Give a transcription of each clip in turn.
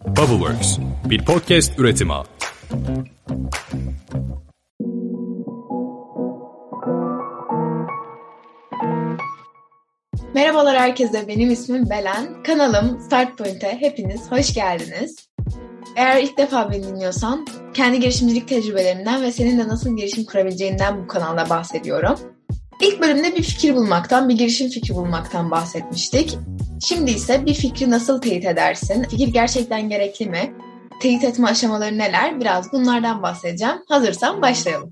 Bubbleworks, bir podcast üretimi. Merhabalar herkese, benim ismim Belen. Kanalım Start Point'e hepiniz hoş geldiniz. Eğer ilk defa beni dinliyorsan, kendi girişimcilik tecrübelerimden ve senin de nasıl girişim kurabileceğinden bu kanalda bahsediyorum. İlk bölümde bir fikir bulmaktan, bir girişim fikri bulmaktan bahsetmiştik. Şimdi ise bir fikri nasıl teyit edersin? Fikir gerçekten gerekli mi? Teyit etme aşamaları neler? Biraz bunlardan bahsedeceğim. Hazırsan başlayalım.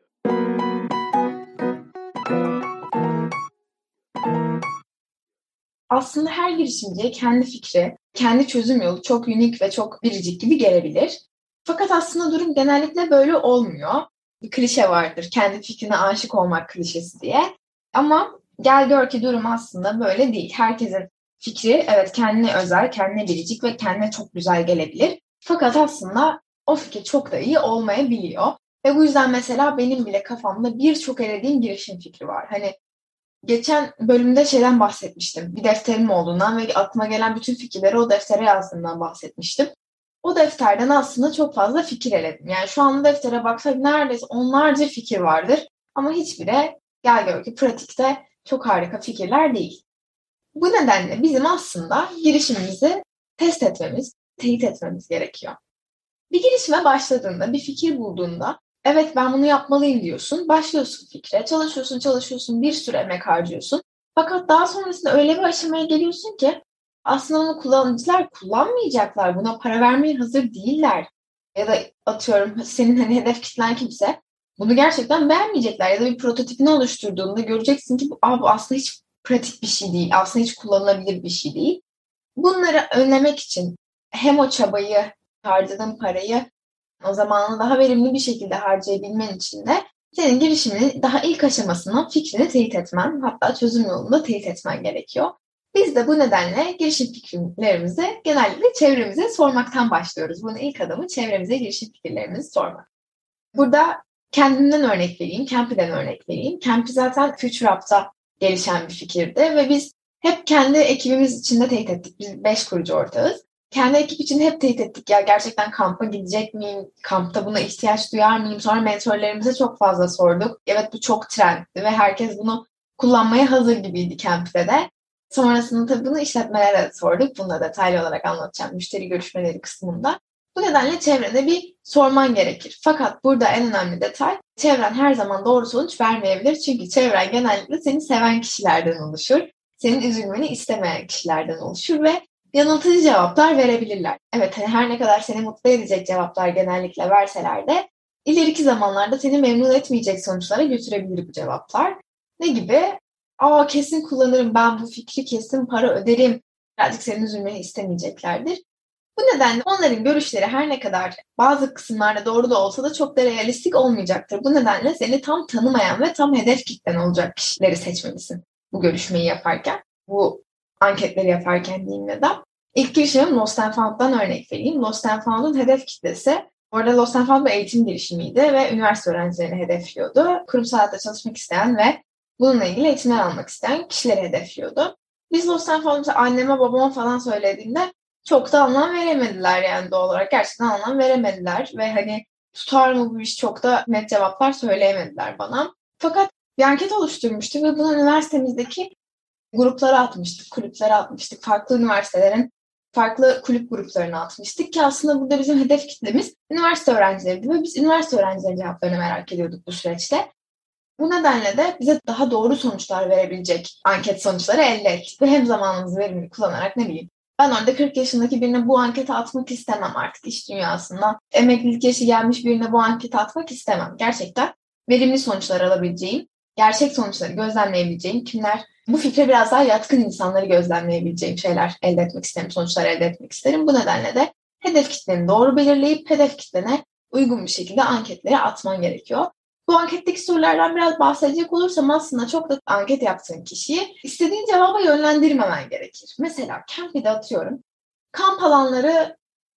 Aslında her girişimciye kendi fikri, kendi çözüm yolu çok unik ve çok biricik gibi gelebilir. Fakat aslında durum genellikle böyle olmuyor. Bir klişe vardır, kendi fikrine aşık olmak klişesi diye. Ama gel gör ki durum aslında böyle değil. Herkesin fikri evet kendine özel, kendine biricik ve kendine çok güzel gelebilir. Fakat aslında o fikir çok da iyi olmayabiliyor. Ve bu yüzden mesela benim bile kafamda birçok elediğim girişim fikri var. Hani geçen bölümde şeyden bahsetmiştim. Bir defterim olduğundan ve aklıma gelen bütün fikirleri o deftere yazdığımdan bahsetmiştim. O defterden aslında çok fazla fikir eledim. Yani şu an deftere baksak neredeyse onlarca fikir vardır. Ama hiçbiri gel gör ki pratikte çok harika fikirler değil. Bu nedenle bizim aslında girişimimizi test etmemiz, teyit etmemiz gerekiyor. Bir girişime başladığında, bir fikir bulduğunda evet ben bunu yapmalıyım diyorsun. Başlıyorsun fikre, çalışıyorsun, bir sürü emek harcıyorsun. Fakat daha sonrasında öyle bir aşamaya geliyorsun ki aslında onu kullanıcılar kullanmayacaklar. Buna para vermeye hazır değiller. Ya da atıyorum senin hani hedef kitlen kimse bunu gerçekten beğenmeyecekler. Ya da bir prototipini oluşturduğunda göreceksin ki bu aslında hiç pratik bir şey değil. Aslında hiç kullanılabilir bir şey değil. Bunları önlemek için hem o çabayı, harcadığın parayı o zamanı daha verimli bir şekilde harcayabilmen için de senin girişiminin daha ilk aşamasından fikrini teyit etmen, hatta çözüm yolunu da teyit etmen gerekiyor. Biz de bu nedenle girişim fikirlerimizi genellikle çevremize sormaktan başlıyoruz. Bunun ilk adımı çevremize girişim fikirlerimizi sormak. Burada kendimden örnek vereyim, Campy'den örnek vereyim. Campy zaten Future App'ta gelişen bir fikirdi ve biz hep kendi ekibimiz içinde teyit ettik. Biz 5 kurucu ortağız. Kendi ekip için hep teyit ettik ya gerçekten kampa gidecek miyim? Kampta buna ihtiyaç duyar mıyım? Sonra mentorlarımıza çok fazla sorduk. Evet bu çok trendti ve herkes bunu kullanmaya hazır gibiydi Camp'te de. Sonrasında tabii bunu işletmelere de sorduk. Bunu da detaylı olarak anlatacağım müşteri görüşmeleri kısmında. Bu nedenle çevrene bir sorman gerekir. Fakat burada en önemli detay çevren her zaman doğru sonuç vermeyebilir. Çünkü çevren genellikle seni seven kişilerden oluşur. Senin üzülmeni istemeyen kişilerden oluşur ve yanıltıcı cevaplar verebilirler. Evet hani her ne kadar seni mutlu edecek cevaplar genellikle verseler de ileriki zamanlarda seni memnun etmeyecek sonuçlara götürebilir bu cevaplar. Ne gibi? Kesin kullanırım ben bu fikri, kesin para öderim. Birazcık senin üzülmeni istemeyeceklerdir. Bu nedenle onların görüşleri her ne kadar bazı kısımlarda doğru da olsa da çok da realistik olmayacaktır. Bu nedenle seni tam tanımayan ve tam hedef kitlen olacak kişileri seçmelisin bu görüşmeyi yaparken. Bu anketleri yaparken diyeyim ya da. İlk girişimim Lost and Found'dan örnek vereyim. Lost and Found'un hedef kitlesi, orada Lost and Found bir eğitim girişimiydi ve üniversite öğrencilerini hedefliyordu. Kurumsal hayatta çalışmak isteyen ve bununla ilgili eğitimler almak isteyen kişileri hedefliyordu. Biz Lost and Found'u anneme babama falan söylediğinde çok da anlam veremediler yani doğal olarak. Gerçekten anlam veremediler ve hani tutar mı bu iş çok da net cevaplar söyleyemediler bana. Fakat bir anket oluşturmuştuk ve bunu üniversitemizdeki gruplara atmıştık, kulüplere atmıştık. Farklı üniversitelerin farklı kulüp gruplarına atmıştık ki aslında burada bizim hedef kitlemiz üniversite öğrencileriydi ve biz üniversite öğrencilerinin cevaplarını merak ediyorduk bu süreçte. Bu nedenle de bize daha doğru sonuçlar verebilecek anket sonuçları elde ettik. Ve hem zamanımızı verimli kullanarak ne bileyim. Ben orada 40 yaşındaki birine bu anketi atmak istemem artık iş dünyasında. Emeklilik yaşı gelmiş birine bu anketi atmak istemem. Gerçekten verimli sonuçlar alabileceğim, gerçek sonuçları gözlemleyebileceğim kimler, bu fikre biraz daha yatkın insanları gözlemleyebileceğim şeyler elde etmek isterim, sonuçlar elde etmek isterim. Bu nedenle de hedef kitleni doğru belirleyip hedef kitlene uygun bir şekilde anketleri atman gerekiyor. Bu anketteki sorulardan biraz bahsedecek olursam aslında çok da anket yaptığın kişiyi istediğin cevaba yönlendirmemen gerekir. Mesela Campy'de atıyorum. Kamp alanları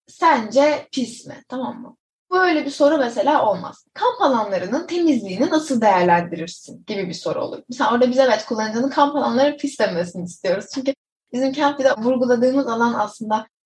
sence pis mi? Tamam mı? Böyle bir soru mesela olmaz. Kamp alanlarının temizliğini nasıl değerlendirirsin gibi bir soru olur. Mesela orada biz evet kullanıcının kamp alanları pis demesini istiyoruz. Çünkü bizim Campy'de vurguladığımız alan aslında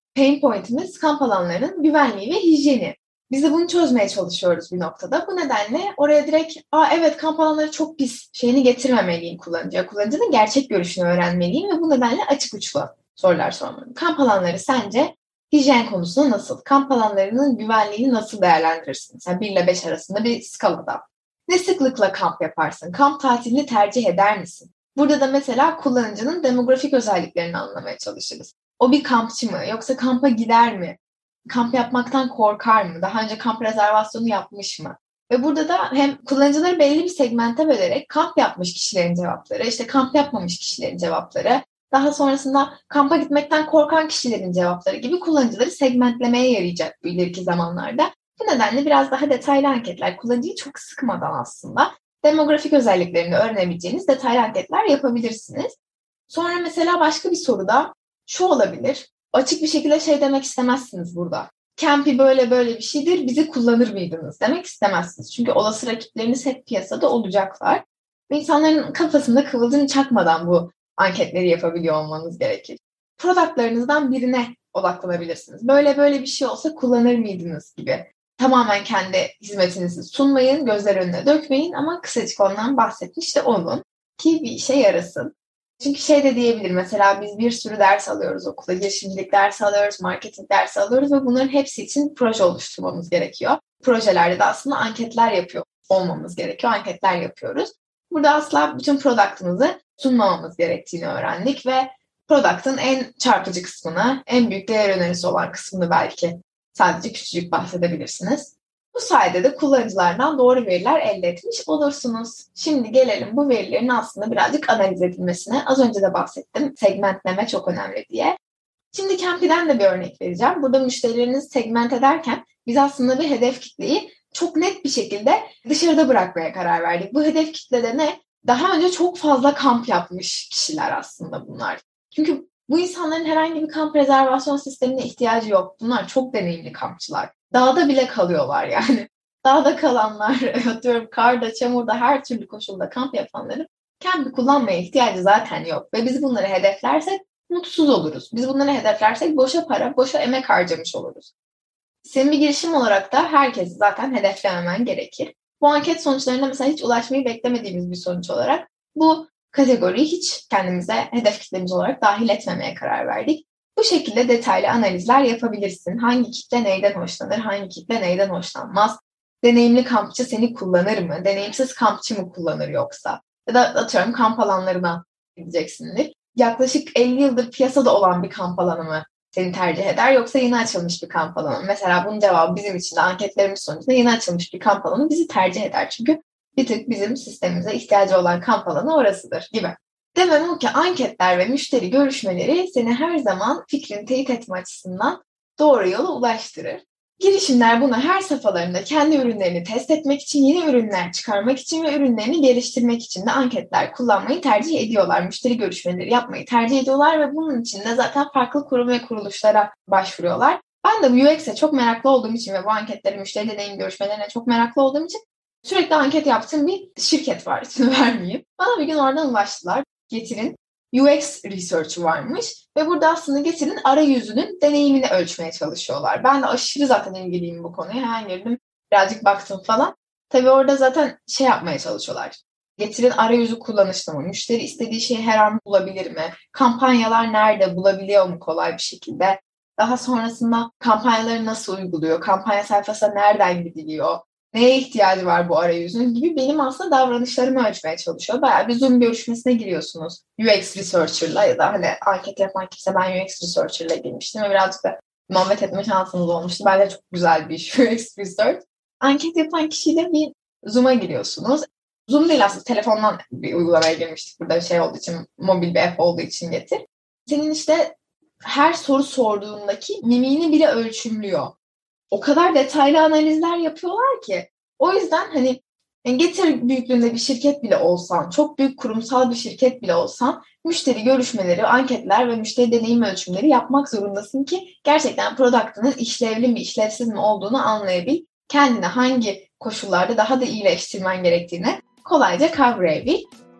pain point'imiz kamp alanlarının güvenliği ve hijyeni. Biz de bunu çözmeye çalışıyoruz bir noktada. Bu nedenle oraya direkt evet kamp alanları çok pis şeyini getirmemeliyim kullanıcıya. Kullanıcının gerçek görüşünü öğrenmeliyim ve bu nedenle açık uçlu sorular sormalıyım. Kamp alanları sence hijyen konusunda nasıl? Kamp alanlarının güvenliğini nasıl değerlendirirsin? Mesela 1 ile 5 arasında bir skalada. Ne sıklıkla kamp yaparsın? Kamp tatilini tercih eder misin? Burada da mesela kullanıcının demografik özelliklerini anlamaya çalışırız. O bir kampçı mı? Yoksa kampa gider mi? Kamp yapmaktan korkar mı? Daha önce kamp rezervasyonu yapmış mı? Ve burada da hem kullanıcıları belli bir segmente bölerek kamp yapmış kişilerin cevapları, işte kamp yapmamış kişilerin cevapları, daha sonrasında kampa gitmekten korkan kişilerin cevapları gibi kullanıcıları segmentlemeye yarayacak bu ileriki zamanlarda. Bu nedenle biraz daha detaylı anketler, kullanıcıyı çok sıkmadan aslında demografik özelliklerini öğrenebileceğiniz detaylı anketler yapabilirsiniz. Sonra mesela başka bir soruda şu olabilir. Açık bir şekilde şey demek istemezsiniz burada. Campy böyle böyle bir şeydir, bizi kullanır mıydınız demek istemezsiniz. Çünkü olası rakipleriniz hep piyasada olacaklar. Ve insanların kafasında kıvılcım çakmadan bu anketleri yapabiliyor olmanız gerekir. Productlarınızdan birine odaklanabilirsiniz. Böyle böyle bir şey olsa kullanır mıydınız gibi. Tamamen kendi hizmetinizi sunmayın, gözler önüne dökmeyin ama kısacık ondan bahsetmiş de olun ki bir işe yarasın. Çünkü şey de diyebilir, mesela biz bir sürü ders alıyoruz okulda, girişimcilik dersi alıyoruz, marketing dersi alıyoruz ve bunların hepsi için proje oluşturmamız gerekiyor. Projelerde de aslında anketler yapıyor olmamız gerekiyor, anketler yapıyoruz. Burada asla bütün product'ımızı sunmamamız gerektiğini öğrendik ve product'ın en çarpıcı kısmını, en büyük değer önerisi olan kısmını belki sadece küçücük bahsedebilirsiniz. Bu sayede de kullanıcılardan doğru veriler elde etmiş olursunuz. Şimdi gelelim bu verilerin aslında birazcık analiz edilmesine. Az önce de bahsettim, segmentleme çok önemli diye. Şimdi Campy'den de bir örnek vereceğim. Burada müşterilerinizi segment ederken biz aslında bir hedef kitleyi çok net bir şekilde dışarıda bırakmaya karar verdik. Bu hedef kitlede ne? Daha önce çok fazla kamp yapmış kişiler aslında bunlar. Çünkü bu insanların herhangi bir kamp rezervasyon sistemine ihtiyacı yok. Bunlar çok deneyimli kampçılar. Dağda bile kalıyorlar yani. Dağda kalanlar, atıyorum karda, çamurda, her türlü koşulda kamp yapanların camp'i kullanmaya ihtiyacı zaten yok. Ve biz bunları hedeflersek mutsuz oluruz. Biz bunları hedeflersek boşa para, boşa emek harcamış oluruz. Senin bir girişim olarak da herkesi zaten hedeflememen gerekir. Bu anket sonuçlarına mesela hiç ulaşmayı beklemediğimiz bir sonuç olarak bu kategoriyi hiç kendimize hedef kitlemiz olarak dahil etmemeye karar verdik. Bu şekilde detaylı analizler yapabilirsin. Hangi kitle neyden hoşlanır, hangi kitle neyden hoşlanmaz? Deneyimli kampçı seni kullanır mı? Deneyimsiz kampçı mı kullanır yoksa? Ya da atıyorum kamp alanlarına gideceksindir. Yaklaşık 50 yıldır piyasada olan bir kamp alanı mı seni tercih eder yoksa yeni açılmış bir kamp alanı? Mesela bunun cevabı bizim için de anketlerimiz sonucunda yeni açılmış bir kamp alanı bizi tercih eder. Çünkü bir tık bizim sistemimize ihtiyacı olan kamp alanı orasıdır gibi. Demem o ki anketler ve müşteri görüşmeleri seni her zaman fikrini teyit etme açısından doğru yola ulaştırır. Girişimler bunu her safhalarında kendi ürünlerini test etmek için, yeni ürünler çıkarmak için ve ürünlerini geliştirmek için de anketler kullanmayı tercih ediyorlar. Müşteri görüşmeleri yapmayı tercih ediyorlar ve bunun için de zaten farklı kurum ve kuruluşlara başvuruyorlar. Ben de bu UX'e çok meraklı olduğum için ve bu anketleri, müşteri deneyim görüşmelerine çok meraklı olduğum için sürekli anket yaptığım bir şirket var, ismini vermeyeyim. Bana bir gün oradan ulaştılar. Getir'in UX Research'ı varmış ve burada aslında Getir'in arayüzünün deneyimini ölçmeye çalışıyorlar. Ben de aşırı zaten ilgiliyim bu konuya. Hemen girdim, birazcık baktım falan. Tabii orada zaten şey yapmaya çalışıyorlar. Getir'in arayüzü kullanışlı mı? Müşteri istediği şeyi her an bulabilir mi? Kampanyalar nerede? Bulabiliyor mu kolay bir şekilde? Daha sonrasında kampanyaları nasıl uyguluyor? Kampanya sayfasına nereden gidiliyor? Neye ihtiyacı var bu arayüzün gibi benim aslında davranışlarımı ölçmeye çalışıyor. Bayağı bir Zoom görüşmesine giriyorsunuz UX Researcher'la ya da hani anket yapan kimse, ben UX Researcher'la girmiştim ve birazcık da muhabbet etme şansınız olmuştu. Bence çok güzel bir iş UX Research. Anket yapan kişiyle bir Zoom'a giriyorsunuz. Zoom değil aslında, telefondan bir uygulamaya girmiştik. Burada şey olduğu için, mobil bir app olduğu için Getir. Senin işte her soru sorduğundaki mimiğini bile ölçümlüyor. O kadar detaylı analizler yapıyorlar ki. O yüzden hani Getir büyüklüğünde bir şirket bile olsan, çok büyük kurumsal bir şirket bile olsan, müşteri görüşmeleri, anketler ve müşteri deneyim ölçümleri yapmak zorundasın ki gerçekten product'ının işlevli mi, işlevsiz mi olduğunu anlayabil. Kendine hangi koşullarda daha da iyileştirmen gerektiğini kolayca kavrayabil.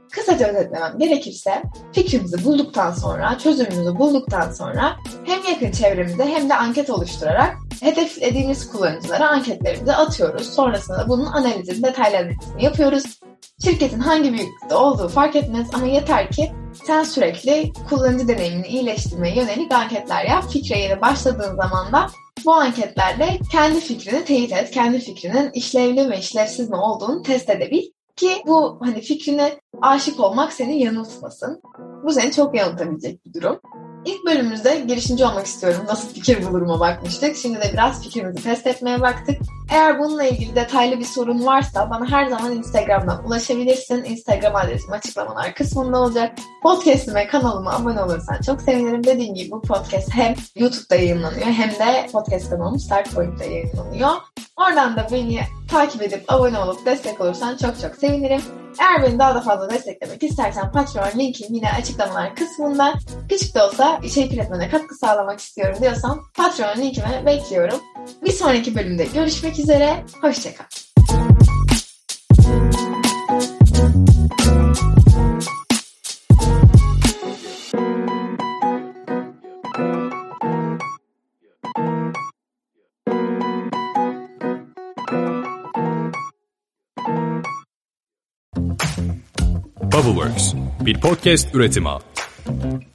Kısaca özetlemem gerekirse fikrimizi bulduktan sonra, çözümümüzü bulduktan sonra hem yakın çevremize hem de anket oluşturarak hedeflediğimiz kullanıcılara anketlerimizi atıyoruz. Sonrasında bunun analizini, detaylı analizini yapıyoruz. Şirketin hangi büyüklükte olduğu fark etmez ama yeter ki sen sürekli kullanıcı deneyimini iyileştirmeye yönelik anketler yap. Fikre yeni başladığın zaman da bu anketlerle kendi fikrini teyit et. Kendi fikrinin işlevli mi işlevsiz mi olduğunu test edebil. Ki bu fikrine aşık olmak seni yanıltmasın. Bu seni çok yanıltabilecek bir durum. İlk bölümümüzde girişimci olmak istiyorum, nasıl fikir buluruma bakmıştık. Şimdi de biraz fikrimizi test etmeye baktık. Eğer bununla ilgili detaylı bir sorun varsa bana her zaman Instagram'dan ulaşabilirsin. Instagram adresim açıklamalar kısmında olacak. Podcast'ime, kanalıma abone olursan çok sevinirim. Dediğim gibi bu podcast hem YouTube'da yayınlanıyor hem de podcast kanalım Startpoint'te yayınlanıyor. Oradan da beni takip edip abone olup destek olursan çok çok sevinirim. Eğer beni daha da fazla desteklemek istersen Patreon linkim yine açıklamalar kısmında. Küçük de olsa içerik üretmene katkı sağlamak istiyorum diyorsan Patreon linkime bekliyorum. Bir sonraki bölümde görüşmek üzere. Hoşça kal. Bubbleworks, bir podcast üretimi.